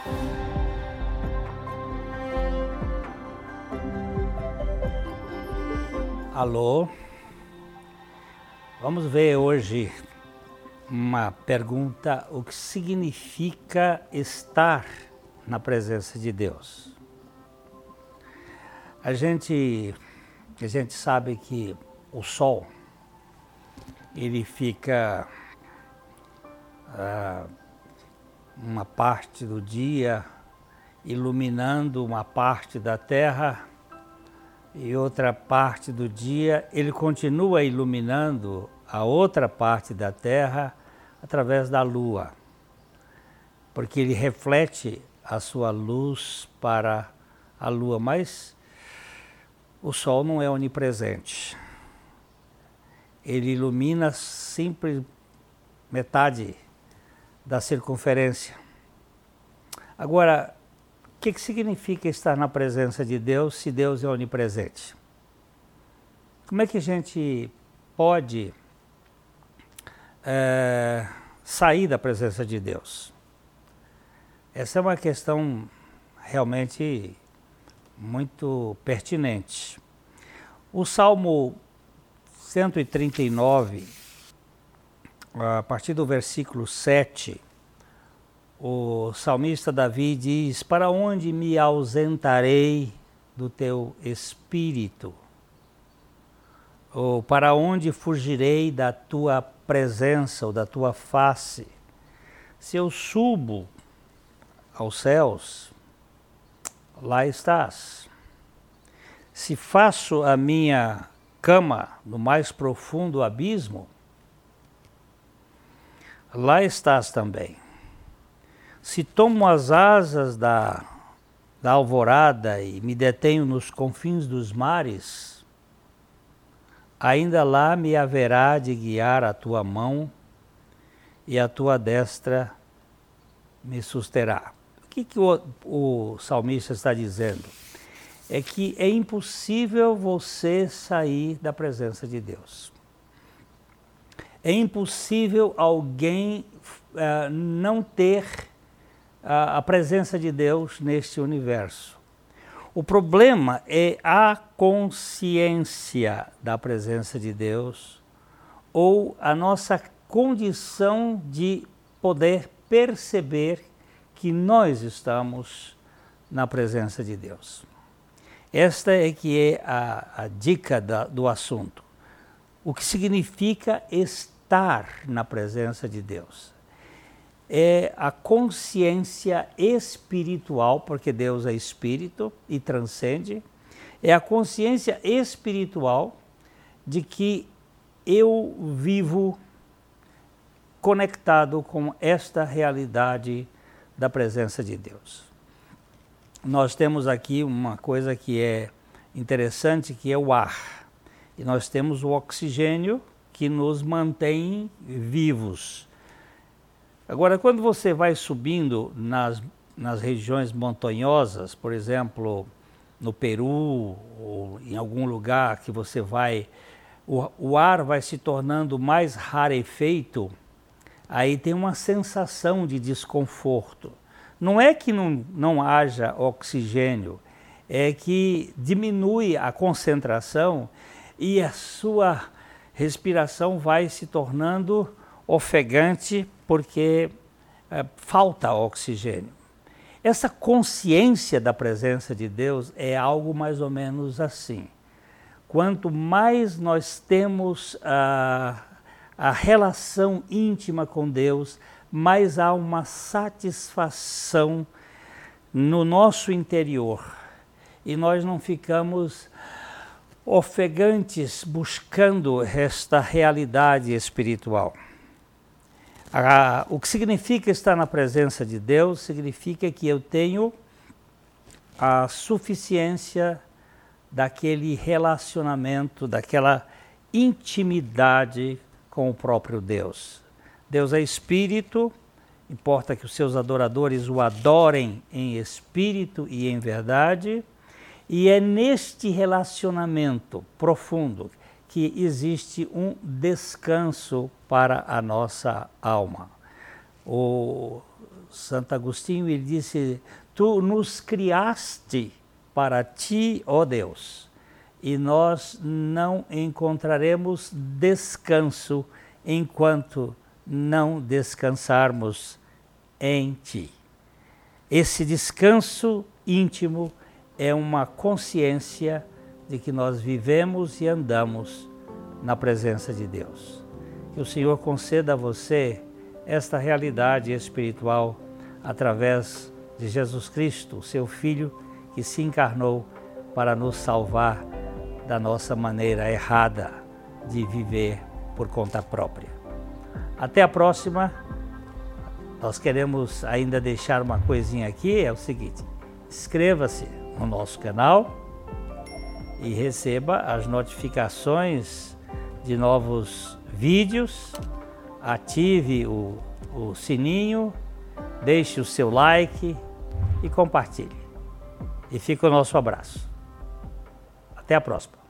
Alô? Vamos ver hoje uma pergunta: o que significa estar na presença de Deus? A gente sabe que o sol, ele fica uma parte do dia iluminando uma parte da terra, e outra parte do dia ele continua iluminando a outra parte da terra através da lua, porque ele reflete a sua luz para a lua, mas o sol não é onipresente. Ele ilumina sempre metade da circunferência. Agora, o que significa estar na presença de Deus se Deus é onipresente? Como é que a gente pode sair da presença de Deus? Essa é uma questão realmente muito pertinente. O Salmo 139, a partir do versículo 7, o salmista Davi diz: para onde me ausentarei do teu espírito? Ou para onde fugirei da tua presença ou da tua face? Se eu subo aos céus, lá estás. Se faço a minha cama no mais profundo abismo, lá estás também. Se tomo as asas da alvorada e me detenho nos confins dos mares, ainda lá me haverá de guiar a tua mão e a tua destra me susterá. O que o salmista está dizendo? É que é impossível você sair da presença de Deus. É impossível alguém não ter a presença de Deus neste universo. O problema é a consciência da presença de Deus ou a nossa condição de poder perceber que nós estamos na presença de Deus. Esta é que é a dica do assunto. O que significa estar na presença de Deus? É a consciência espiritual, porque Deus é espírito e transcende. É a consciência espiritual de que eu vivo conectado com esta realidade da presença de Deus. Nós temos aqui uma coisa que é interessante, que é o ar. E nós temos o oxigênio que nos mantém vivos. Agora, quando você vai subindo nas regiões montanhosas, por exemplo, no Peru ou em algum lugar que você vai, o ar vai se tornando mais rarefeito, aí tem uma sensação de desconforto. Não é que não haja oxigênio, é que diminui a concentração e a sua respiração vai se tornando ofegante porque falta oxigênio. Essa consciência da presença de Deus é algo mais ou menos assim. Quanto mais nós temos a relação íntima com Deus, mais há uma satisfação no nosso interior. E nós não ficamos ofegantes buscando esta realidade espiritual. O que significa estar na presença de Deus significa que eu tenho a suficiência daquele relacionamento, daquela intimidade com o próprio Deus. Deus é espírito, importa que os seus adoradores o adorem em espírito e em verdade, e é neste relacionamento profundo que existe um descanso para a nossa alma. Santo Agostinho, ele disse: tu nos criaste para ti, ó Deus, e nós não encontraremos descanso enquanto não descansarmos em ti. Esse descanso íntimo é uma consciência de que nós vivemos e andamos na presença de Deus. Que o Senhor conceda a você esta realidade espiritual através de Jesus Cristo, seu Filho, que se encarnou para nos salvar da nossa maneira errada de viver por conta própria. Até a próxima. Nós queremos ainda deixar uma coisinha aqui, é o seguinte: inscreva-se no nosso canal e receba as notificações de novos vídeos, ative o sininho, deixe o seu like e compartilhe. E fica o nosso abraço. Até a próxima.